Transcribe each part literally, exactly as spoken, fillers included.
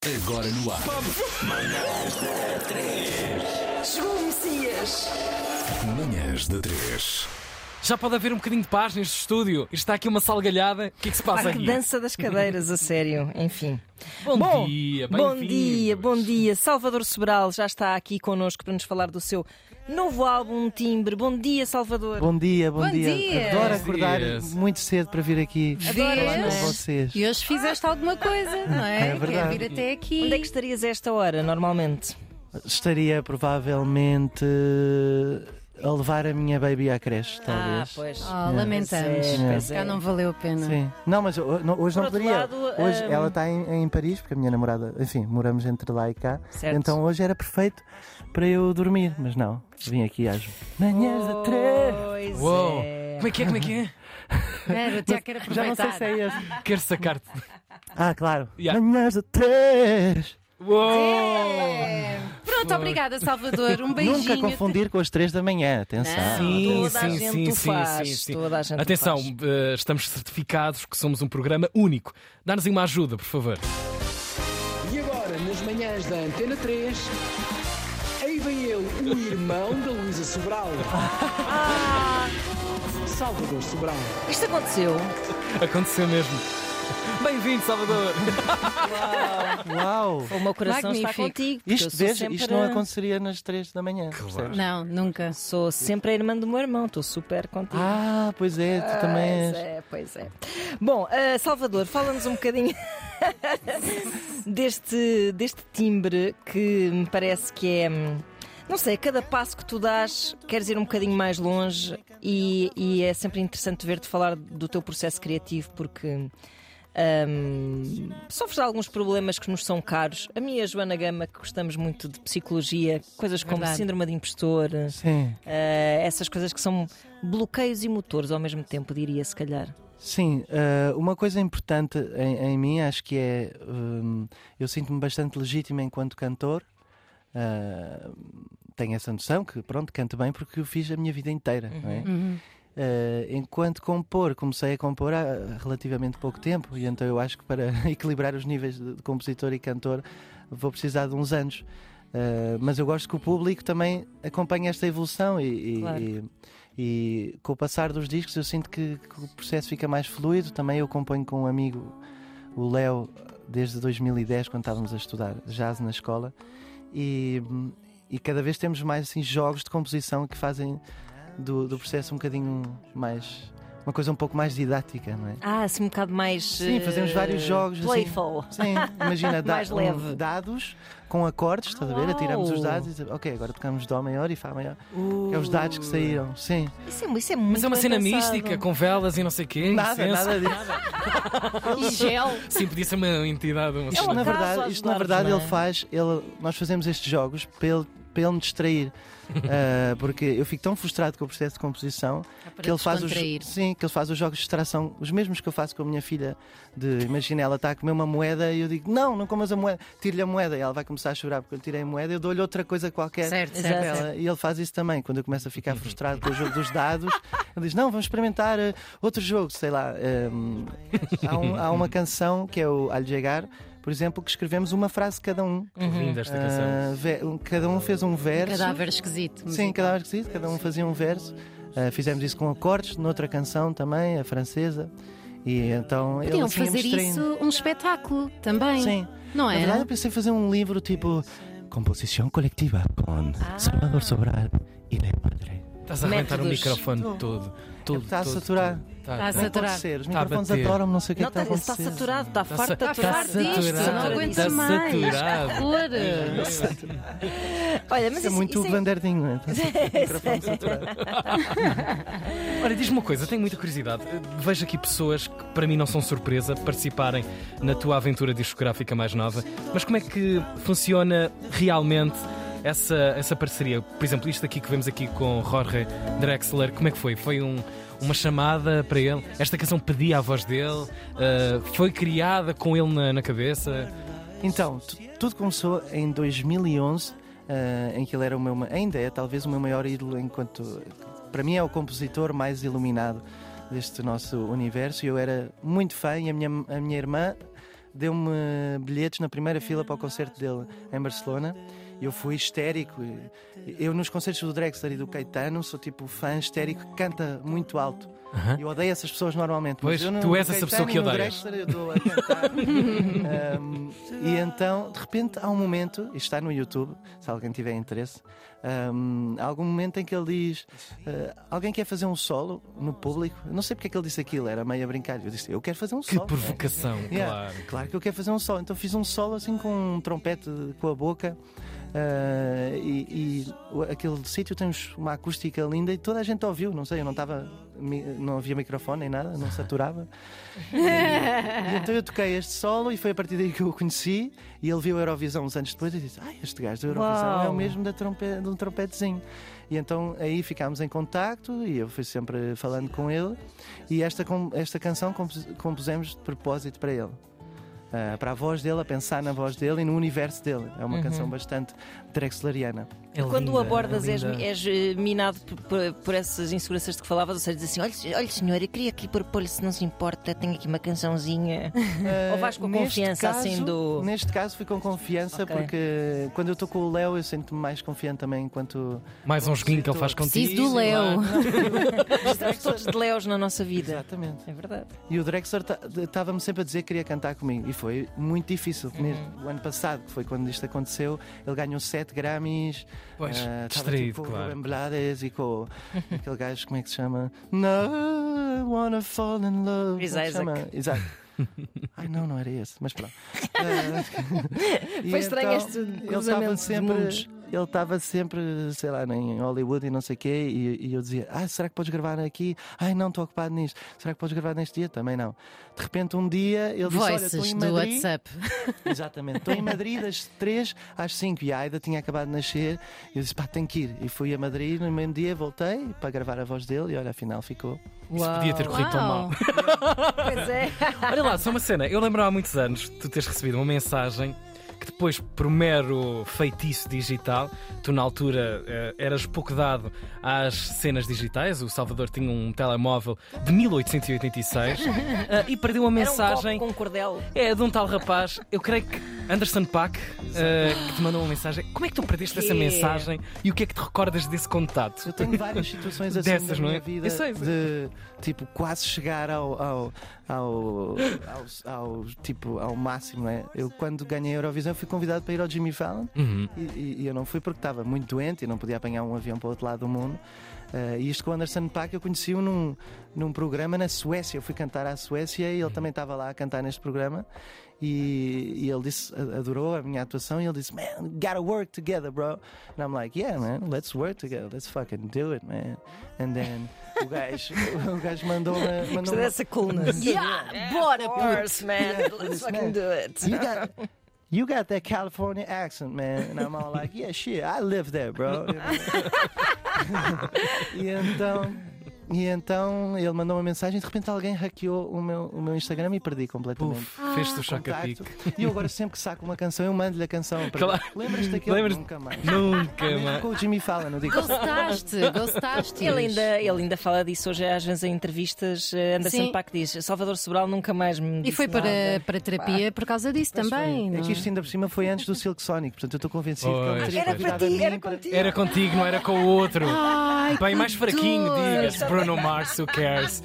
Agora no ar. Manhãs da três. Chegou o Messias. Manhãs da três. Já pode haver um bocadinho de paz neste estúdio. Isto está aqui uma salgalhada. O que é que se passa Ah, que aqui? dança das cadeiras, a sério. Enfim. Bom, Bom, dia, Bom bem-vindos. dia, bom dia. Salvador Sobral já está aqui connosco para nos falar do seu novo álbum Timbre. Bom dia, Salvador. Bom dia, bom, Bom dia. dia. Adoro Bons acordar dias. muito cedo para vir aqui Adoras, falar não com é? vocês. E hoje fizeste alguma coisa, não é? É verdade. Quer vir até aqui. Onde é que estarias a esta hora, normalmente? Estaria provavelmente a levar a minha baby à creche, Ah, talvez. pois. Oh, lamentamos. Pois é, pois é. Cá não valeu a pena. Sim. Não, mas ho- não- hoje Por não outro poderia. lado, Hoje hum, ela está em, em Paris, porque a minha namorada, enfim, moramos entre lá e cá. Certo. Então hoje era perfeito para eu dormir, mas não. Vim aqui às manhãs da três. Pois Uou. é. Como é que é? Como é que é? Era, o Tiago quer Já não sei aproveitar. se é esse. Quero sacar-te. Ah, claro. Yeah. Manhãs da três. Uou! É. Pronto, obrigada, Salvador. Um beijinho. Nunca confundir com as três da manhã, atenção. Não. Sim, Toda a sim, gente sim, o sim, faz, sim, sim. toda a gente o Atenção, faz. eh, estamos certificados que somos um programa único. Dá-nos aí uma ajuda, por favor. E agora, nas manhãs da Antena três, aí vem ele, o irmão da Luísa Sobral. Salvador Sobral. Isto aconteceu. Aconteceu mesmo. Bem-vindo, Salvador. Uau! O meu coração está Magnífico. contigo. porque eu Isto, sou veja, sempre isto não a- aconteceria nas três da manhã. percebes? Não, nunca. Sou sempre a irmã do meu irmão, estou super contigo. Ah, pois é, tu também Pois és. é, pois é. Bom, ah, Salvador, fala-nos um bocadinho deste, deste timbre que me parece que é. hum, Não sei, a cada passo que tu dás, queres ir um bocadinho mais longe e, e é sempre interessante ver-te falar do teu processo criativo porque. hum, sofres de alguns problemas que nos são caros. A mim e a Joana Gama, que gostamos muito de psicologia, coisas como Verdade. síndrome de impostor, Sim, Uh, essas coisas que são bloqueios e motores ao mesmo tempo, diria se calhar. sim. ah, uma coisa importante em, em mim, acho que é. hum, eu sinto-me bastante legítimo enquanto cantor. Ah, tenho essa noção que, pronto, canto bem porque eu fiz a minha vida inteira, não é? Uhum. Uh, enquanto compor, comecei a compor há relativamente pouco tempo e então eu acho que para equilibrar os níveis de, de compositor e cantor vou precisar de uns anos. Uh, mas eu gosto que o público também acompanhe esta evolução e, e- Claro. e- e com o passar dos discos eu sinto que, que o processo fica mais fluido. Também eu componho com um amigo, o Léo, desde dois mil e dez, quando estávamos a estudar jazz na escola, e, e cada vez temos mais assim, jogos de composição que fazem do, do processo um bocadinho mais. Uma coisa um pouco mais didática, não é? Ah, assim um bocado mais. Sim, fazemos uh, vários jogos. Playful. Assim, sim, imagina da, Mais leve. um, dados com acordes, estás a ver? Uau. Atiramos os dados e dizemos, ok, agora tocamos Dó maior e Fá maior. Uh, É os dados que saíram, sim. Isso é, isso é muito Mas é uma bem cena pensado. mística, com velas e não sei o quê. Nada, incenso. nada disso. E gel. Sim, podia ser uma entidade. Uma Isto, um cena. na acaso verdade, às isto na vezes, verdade não é? ele faz, ele, nós fazemos estes jogos para ele, para ele me distrair. Ah, porque eu fico tão frustrado com o processo de composição Para que ele faz os, descontrair. sim, que ele faz os jogos de distração, os mesmos que eu faço com a minha filha. De imagina, ela está a comer uma moeda e eu digo, não, não comas a moeda, tiro-lhe a moeda e ela vai começar a chorar porque eu tirei a moeda, eu dou-lhe outra coisa qualquer. Certo, Exato. certo. Ela- e ele faz isso também. Quando eu começo a ficar frustrado com o jogo dos dados, ele diz: não, vamos experimentar eh, outro jogo, sei lá. ehm, há, um- há uma canção que é o Al Llegar, por exemplo, que escrevemos uma frase cada um. Linda esta canção. Ah, ve- um- cada um fez um verso. Cadáver esquisito. Sim, cada um esquisito, cada um fazia um verso. Ah, fizemos isso com acordes, noutra canção também, a francesa. E então ele Podiam assim ia-me fazer distraindo. isso um espetáculo também. Sim. Não Na é? verdade, eu pensei em fazer um livro tipo Composição Coletiva com Ah. Salvador Sobral e Le Padre. Estás a arrebentar o Métodos. microfone todo. Tudo, Está a tudo, saturar. tudo. Tá, Está a tá. Não pode saturar. ser, os Está a microfones bater. adoram-me, não sei o que Não, é que está a está, está acontecer. saturado, está Está farto de sa- aturar. farto disto, saturado. não aguento Está mais. saturado. Que horror. Olha, mas Isso é isso, muito isso o Vanderdinho, não é? Está sempre com o microfone saturado. Olha, diz-me uma coisa, tenho muita curiosidade. Vejo aqui pessoas que para mim não são surpresa participarem na tua aventura discográfica mais nova, mas como é que funciona realmente essa, essa parceria? Por exemplo, isto aqui que vemos aqui com Jorge Drexler, como é que foi? Foi um, uma chamada para ele? Esta canção pedia a voz dele? Uh, foi criada com ele na, na cabeça? Então, tu- tudo começou em dois mil e onze, ah, em que ele era o meu, ma- ainda é talvez o meu maior ídolo, enquanto para mim é o compositor mais iluminado deste nosso universo. E eu era muito fã, e a minha, a minha irmã deu-me bilhetes na primeira fila para o concerto dele em Barcelona. Eu fui histérico. Eu, nos concertos do Drexler e do Caetano, sou tipo fã histérico que canta muito alto. Aham. Eu odeio essas pessoas normalmente. Pois, mas eu no, tu és no essa Caetano pessoa que e no odeias. Drexler eu estou a cantar. Um, e então, de repente, há um momento, isto está no YouTube, se alguém tiver interesse, um, há algum momento em que ele diz: uh, alguém quer fazer um solo no público? Eu não sei porque é que ele disse aquilo, era meio a brincar. Eu disse: eu quero fazer um Que solo. provocação, Yeah, claro. claro que eu quero fazer um solo. Então fiz um solo assim com um trompete com a boca. Uh, e, e o- aquele sítio tem uns- uma acústica linda e toda a gente ouviu. Não sei, eu não estava, mi- não havia microfone nem nada, não saturava. E, e então eu toquei este solo e foi a partir daí que eu o conheci. E ele viu a Eurovisão uns anos depois e disse: ah, este gajo da Eurovisão Uau. é o mesmo da trompe- de um trompetezinho. E então aí ficámos em contacto e eu fui sempre falando com ele. E esta, com- esta canção compus- compusemos de propósito para ele. Ah, para a voz dele, a pensar na voz dele e no universo dele. É uma canção bastante drexleriana. É Quando linda, o abordas, é és, linda. és eh, minado por, por- por essas inseguranças de que falavas, ou seja, diz assim: olha, olha senhor, eu queria aqui propor-lhe, se não se importa, tenho aqui uma cançãozinha. Ah, Ou vais com a neste confiança, caso- assim, do- Neste caso fui com confiança Ok. porque quando eu estou com o Léo eu sinto-me mais confiante também enquanto. Mais um joguinho que ele faz contigo. Preciso do Léo. Estamos todos de Leos na nossa vida. Exatamente. É verdade. E o Drexler estava-me sempre a dizer que queria cantar comigo e foi muito difícil. Mesmo o ano passado, que foi quando isto aconteceu, ele ganhou sete Grammys. Pois, ah, estava distraído, tipo, com o claro. Rubén Blades e com aquele gajo, como é que se chama? No, I wanna fall in love. Chris Como é que se chama? Isaac. Exato. Ai não, não era esse, mas pronto. Ah, e Foi estranho então, este ele estava cruzamento de sempre, mundos. ele estava sempre, sei lá, em Hollywood e não sei o quê, e, e eu dizia: ah, será que podes gravar aqui? Ai não, estou ocupado nisto. Será que podes gravar neste dia? Também não. De repente um dia ele disse: olha, estou Voices em do Madrid. WhatsApp. Exatamente, estou em Madrid das três às cinco e a Aida tinha acabado de nascer. E eu disse: pá, tenho que ir. E fui a Madrid no mesmo dia, voltei para gravar a voz dele e olha, afinal ficou. Isso podia ter corrido tão mal. Uau. Pois é. Olha lá, só uma cena. Eu lembro há muitos anos tu teres recebido uma mensagem que depois, por mero feitiço digital, tu na altura eh, eras pouco dado às cenas digitais. O Salvador tinha um telemóvel de mil oitocentos e oitenta e seis eh, e perdeu uma Era um mensagem. copo com cordel. É de um tal rapaz, eu creio que Anderson Paak, eh, que te mandou uma mensagem. Como é que tu perdeste quê? essa mensagem e o que é que te recordas desse contato? Eu tenho várias situações assim Dessas, na não minha é? vida Eu sei. de tipo quase chegar ao, ao, ao, ao, ao, tipo, ao máximo, não é? Eu quando ganhei a Eurovisão fui convidado para ir ao Jimmy Fallon Uhum. e, e- e eu não fui porque estava muito doente e não podia apanhar um avião para o outro lado do mundo. Uh, e isto com o Anderson Paak eu conheci-o num, num programa na Suécia. Eu fui cantar à Suécia e ele também estava lá a cantar neste programa. E, e ele disse, adorou a minha atuação. E ele disse: man, gotta work together, bro. And I'm like: yeah, man, let's work together, let's fucking do it, man. And then o gajo, o gajo mandou-me. Gostei Mandou dessa coolness. Yeah, bora, Of puto. course, man. Let's fucking do it. You got, you got that California accent, man. And I'm all like: yeah, shit, I live there, bro. E então, e então ele mandou uma mensagem e de repente alguém hackeou o meu, o meu Instagram e perdi completamente. Uf, fez-te o choca-pique. Contacto. E eu agora sempre que saco uma canção eu mando-lhe a canção para Claro. lembras-te daquele? Lembras- Nunca mais. Nunca Mesmo mais. com o Jimmy Fallon, eu digo: Gostaste, gostaste. Ele ainda, ele ainda fala disso hoje, às vezes em entrevistas. eh, Anderson Sim. Paak diz: Salvador Sobral nunca mais me E disse foi para, nada. para terapia por causa disso também. é não que isto ainda por cima foi antes do Silk Sonic, portanto eu estou convencido que Pois, ele teria Era para convidado a ti, mim era para- contigo. Era contigo, não era com o outro. Ai, Bem, que mais fraquinho, dor. diga-se. Bruno Mars, who cares?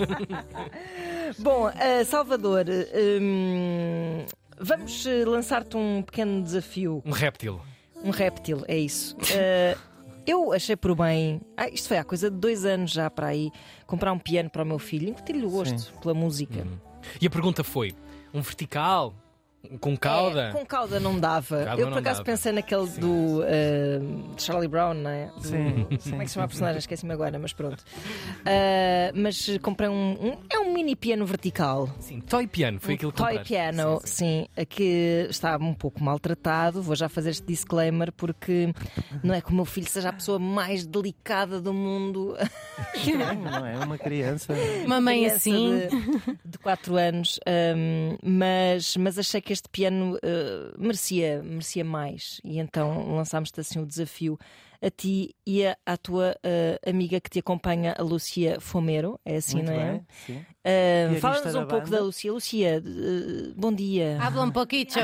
Bom, eh, Salvador, hum, vamos eh, lançar-te um pequeno desafio. Um réptil. Um réptil, é isso. Eh, eu achei por bem, ah, isto foi há coisa de dois anos já para aí, comprar um piano para o meu filho, incutir-lhe o gosto pela música. E a pergunta foi: um vertical? Com cauda? É, com cauda não dava. Cauda eu não por acaso dava. pensei naquele do eh, Charlie Brown, não é? Do- Sim, Como é que se chama a personagem? Esqueci-me agora, mas pronto. Eh, mas comprei um, um- É um mini piano vertical. Sim, toy piano, foi Um aquilo que toy compraste. piano, Sim, sim, que está um pouco maltratado. Vou já fazer este disclaimer porque não é que o meu filho seja a pessoa mais delicada do mundo. Estranho, não é? Uma criança. Uma mãe Criança assim. de, de quatro anos, hum, mas, mas achei que este piano uh, merecia, merecia mais. E então lançámos-te assim o desafio a ti e a, à tua uh, amiga que te acompanha, a Lucia Fomero. É assim, Muito não é? bem, sim. Uh, Fala-nos da um pouco banda. da Lucia. Lucia, uh, bom dia. Habla un poquito.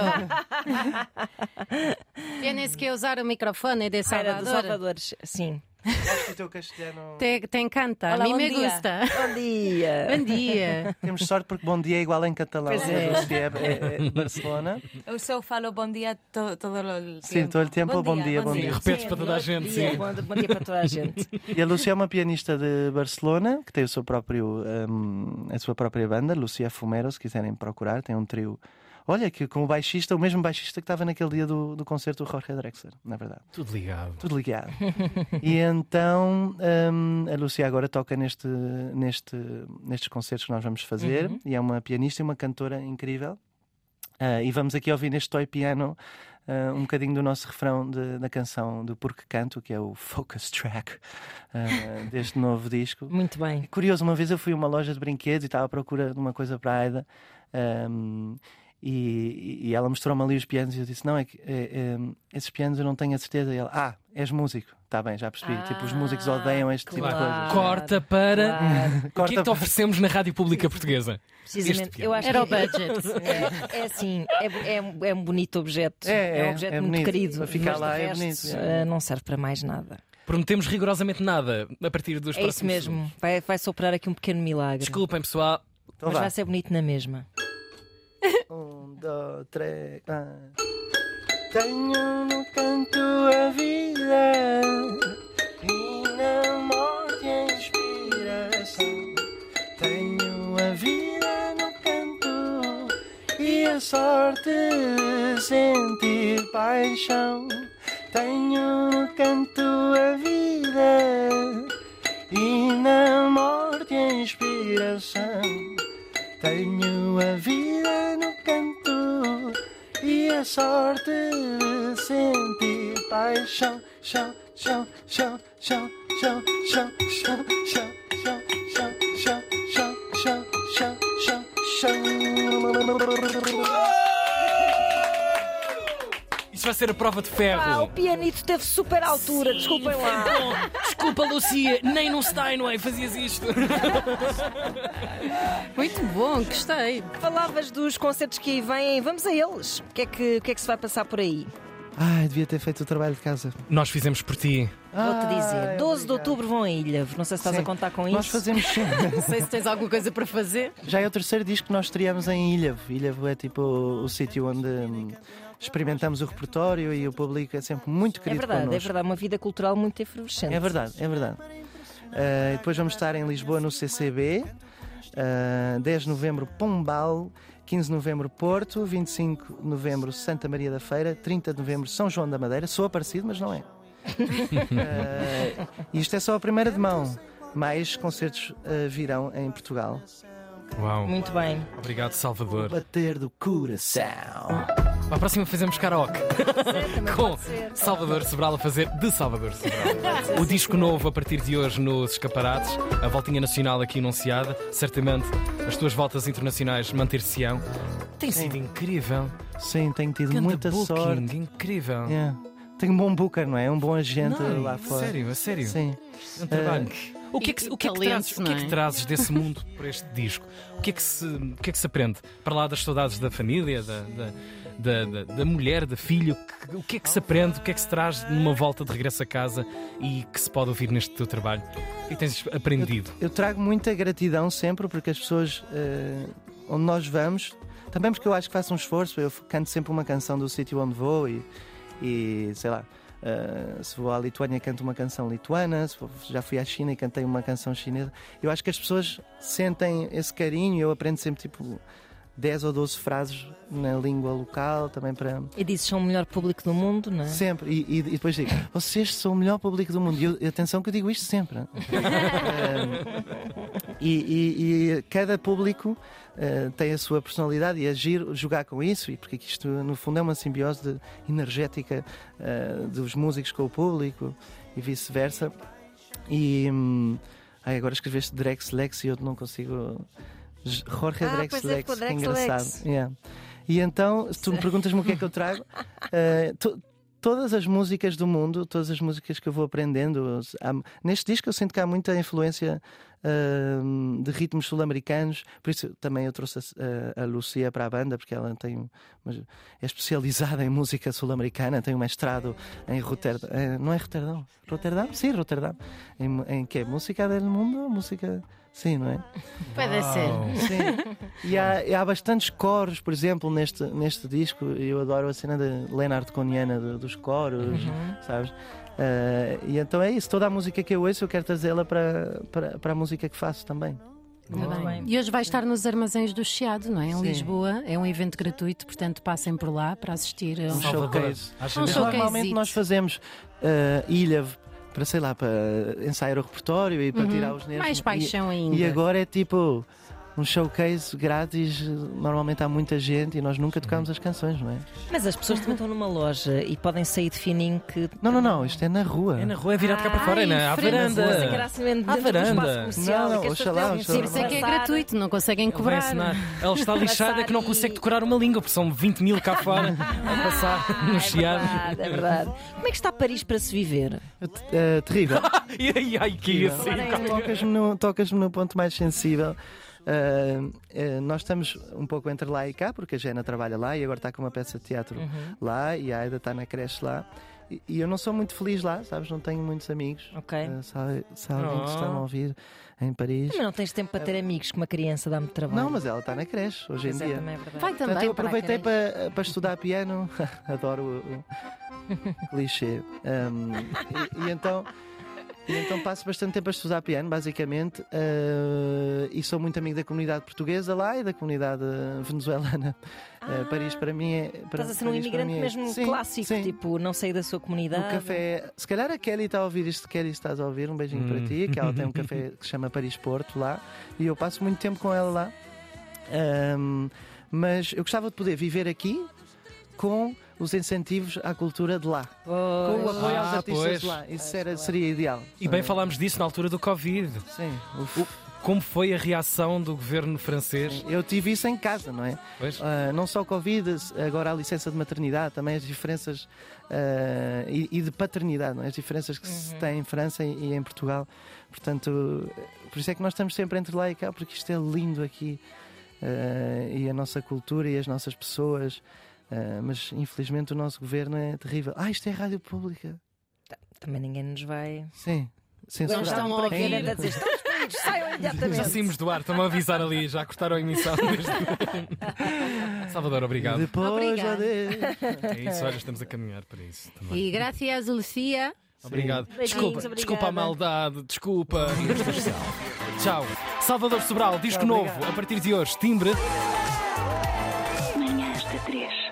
Tienes que usar o microfone de Era Salvador. dos Salvadores, sim. Acho que o teu castelhano. Te, te encanta. Olá, a mim bom me dia. gusta. Bom dia. Bom dia. Temos sorte porque bom dia é igual em catalão. Pois é. A Lucia é, é, é Barcelona. Eu só falo bom dia to, todo o tempo. Sim, todo o tempo, bom dia, bom dia. Repetes para toda a gente, Bom dia, sim. bom, bom dia para toda a gente. E a Lucia é uma pianista de Barcelona que tem o seu próprio, hum, a sua própria banda, Lucia Fomero, se quiserem procurar. Tem um trio. Olha, que com o baixista, o mesmo baixista que estava naquele dia do, do concerto do Jorge Drexler, na verdade. Tudo ligado. Tudo ligado. E então hum, a Lucia agora toca neste, neste, nestes concertos que nós vamos fazer. Uhum. E é uma pianista e uma cantora incrível. Ah, e vamos aqui ouvir neste toy piano ah, um bocadinho do nosso refrão de- da canção do Porque Canto, que é o focus track ah, deste novo disco. Muito bem. É curioso, uma vez eu fui a uma loja de brinquedos e estava à procura de uma coisa para a Aida. hum, e, e ela mostrou-me ali os pianos e eu disse: Não, é que é, é, esses pianos eu não tenho a certeza. E ela: Ah, és músico. Está bem, já percebi. Ah, tipo, os músicos odeiam este tipo de claro. coisas. Corta para. Claro. O que é que Corta te oferecemos na Rádio Pública Portuguesa? Precisamente. Este Eu acho Era o que budget. é, é assim, é, é, um- é um bonito objeto. É, um é, objeto é muito bonito. querido. Para ficar mas lá de é resto, bonito, eh, não serve para mais nada. Prometemos rigorosamente nada a partir dos É isso próximos mesmo. segundos. Vai, vai soprar aqui um pequeno milagre. Desculpem, pessoal. Então Mas vá. vai ser bonito na mesma. Um, dois, três. Ah. Tenho no canto a vida e na morte a inspiração. Tenho a vida no canto e a sorte de sentir paixão. Tenho no canto a vida e na morte a inspiração. Tenho a vida no canto e a sorte de sentir paixão. Chão, chão, chão, chão, chão, chão, chão, chão, chão, chão, chão, chão, chão, chão, chão, chão. Isso vai ser a prova de Ah, o ferro. pianito teve super altura, desculpem lá. Bom, desculpa, Lucia, nem no Steinway fazias isto. Muito bom, gostei. Falavas dos concertos que aí vêm, vamos a eles. O que é que, o que, é que se vai passar por aí? Ai, devia ter feito o trabalho de casa. Nós fizemos por ti. Vou-te dizer, Ai, doze de obrigado. outubro vão a Ilha. Não sei se estás Sim. a contar com Nós isso. fazemos sim. Não sei se tens alguma coisa para fazer. Já é o terceiro disco que nós estreamos em Ilhavo. Ilhavo é tipo o, o sítio onde hum, experimentamos o repertório e o público é sempre muito É querido verdade, é connosco. verdade, uma vida cultural muito efervescente. É verdade, é verdade. Uh, depois vamos estar em Lisboa no C C B, uh, dez de novembro Pombal, quinze de novembro Porto, vinte e cinco de novembro Santa Maria da Feira, trinta de novembro São João da Madeira. Sou aparecido, mas não é. Uh, isto é só a primeira de mão. Mais concertos uh, virão em Portugal. Uau. Muito bem. Obrigado, Salvador. Bater do coração. Para a próxima fazemos karaoke. Também Com pode ser. Salvador Sobral a fazer de Salvador Sobral. O disco novo a partir de hoje nos escaparates, a voltinha nacional aqui anunciada. Certamente as tuas voltas internacionais manter-se-ão. Tem sido incrível. Sim, tenho tido Ganda muita booking, sorte. incrível. Yeah. Tenho um bom booker, não é? Um bom agente Não, lá fora. Sério, a sério. Sim. É um trabalho. O que é que, E o que, é que, talentos, trazes, o que é que não é? trazes desse mundo para este disco? O que é que se, o que é que se aprende? Para lá das saudades da família, da, da, da, da, da mulher, da filho, que- o que é que se aprende? O que é que se traz numa volta de regresso a casa e que se pode ouvir neste teu trabalho? O que é que tens aprendido? Eu trago muita gratidão sempre porque as pessoas eh, onde nós vamos, também porque eu acho que faço um esforço, eu canto sempre uma canção do sítio onde vou e, e sei lá, eh, se vou à Lituânia canto uma canção lituana, se vou- já fui à China e cantei uma canção chinesa. Eu acho que as pessoas sentem esse carinho e eu aprendo sempre tipo dez ou doze frases na língua local também para. E dizes são o melhor público do mundo, não é? Sempre, e, e- e depois digo, vocês são o melhor público do mundo. E eu- e atenção que eu digo isto sempre. Hein? Um, e, e- e cada público uh, tem a sua personalidade e agir, jogar com isso, e porque isto no fundo é uma simbiose de- energética uh, dos músicos com o público e vice-versa. E hum, ai, agora escreveste Drex Lex e eu não consigo. Jorge Ah, Drex pois é, Lex, ficou que Drex engraçado. Lex. Yeah. E então, se tu me perguntas-me o que é que eu trago, uh, to, todas as músicas do mundo, todas as músicas que eu vou aprendendo, há, neste disco eu sinto que há muita influência uh, de ritmos sul-americanos, por isso também eu trouxe a, a Lucia para a banda, porque ela tem uma, é especializada em música sul-americana, tem um mestrado em Roterdão, uh, não é Roterdão? Roterdão? Sim, Roterdão. Em, em que é? Música do mundo? Música... Sim, não é? Pode ser. Sim. E há, e há bastantes coros, por exemplo, neste, neste disco. Eu adoro a cena de Leonard Cohniana de, dos coros, uhum. sabes? Uh, e então é isso. Toda a música que eu ouço eu quero trazê-la para, para, para a música que faço também. Muito bem. bem. E hoje vai estar nos Armazéns do Chiado, não é? Em Sim. Lisboa. É um evento gratuito, portanto passem por lá para assistir a um, um showcase. Um Normalmente nós fazemos uh, Ilha para, sei lá, para ensaiar o repertório e para uhum. tirar os nervos. Mais paixão e, ainda. E agora é tipo um showcase grátis. Normalmente há muita gente e nós nunca tocamos as canções, não é? Mas as pessoas também estão numa loja e podem sair de fininho que... Não, não, não, isto é na rua. É na rua, é virado cá para fora, é na à varanda. À varanda. Não, não, oxalá, oxalá. Por isso é que é gratuito, não conseguem cobrar. Ela está lixada que não consegue decorar uma língua, porque são vinte mil cá fora a passar no Chiado. É verdade, é verdade. Como é que está Paris para se viver? Uh, terrível. E aí, ai, que isso? Tocas-me no, tocas-me no ponto mais sensível. Uh, uh, nós estamos um pouco entre lá e cá, porque a Jena trabalha lá e agora está com uma peça de teatro uhum. lá e a Aida está na creche lá. E, e eu não sou muito feliz lá, sabes? Não tenho muitos amigos. Ok. Uh, se, se alguém que está a ouvir em Paris. Mas não tens tempo para ter amigos, que uma criança dá muito trabalho. Não, mas ela está na creche hoje mas em é dia. Também é Vai também. Portanto, eu aproveitei para, para, para estudar piano. Adoro o, o clichê. Um, e, e então. E então passo bastante tempo a estudar piano, basicamente, uh, e sou muito amigo da comunidade portuguesa lá e da comunidade venezuelana. Ah, uh, Paris para mim é. Para, estás a ser um imigrante é, mesmo sim, clássico, sim. tipo, não sair da sua comunidade. O café. Se calhar a Kelly está a ouvir isto, Kelly estás a ouvir, um beijinho hum. para ti, que ela tem um café que se chama Paris Porto lá, e eu passo muito tempo com ela lá. Um, mas eu gostava de poder viver aqui com os incentivos à cultura de lá. Pois. Com o apoio ah, aos artistas pois. de lá. Isso era, seria ideal. E bem falámos disso na altura do Covid. Sim. O, como foi a reação do governo francês? Sim. Eu tive isso em casa, não é? Uh, não só o Covid, agora a licença de maternidade, também as diferenças uh, e, e de paternidade, não é? As diferenças que uhum. se têm em França e, e em Portugal. Portanto, por isso é que nós estamos sempre entre lá e cá, porque isto é lindo aqui. Uh, e a nossa cultura e as nossas pessoas. Uh, mas infelizmente o nosso governo é terrível. Ah, isto é rádio pública. Também ninguém nos vai. Sim, censurado. Não estão a ouvir a dizer, estão despedidos, saiam imediatamente. Já saímos do ar, estão a avisar ali, já cortaram a emissão. Salvador, obrigado. Depois, Obrigado. É isso, olha, estamos a caminhar para isso também. E graças, Lucia. Obrigado. Beijinhos, Desculpa, obrigada. desculpa a maldade, desculpa. Tchau. Salvador Sobral, disco Obrigado. novo, a partir de hoje, timbre.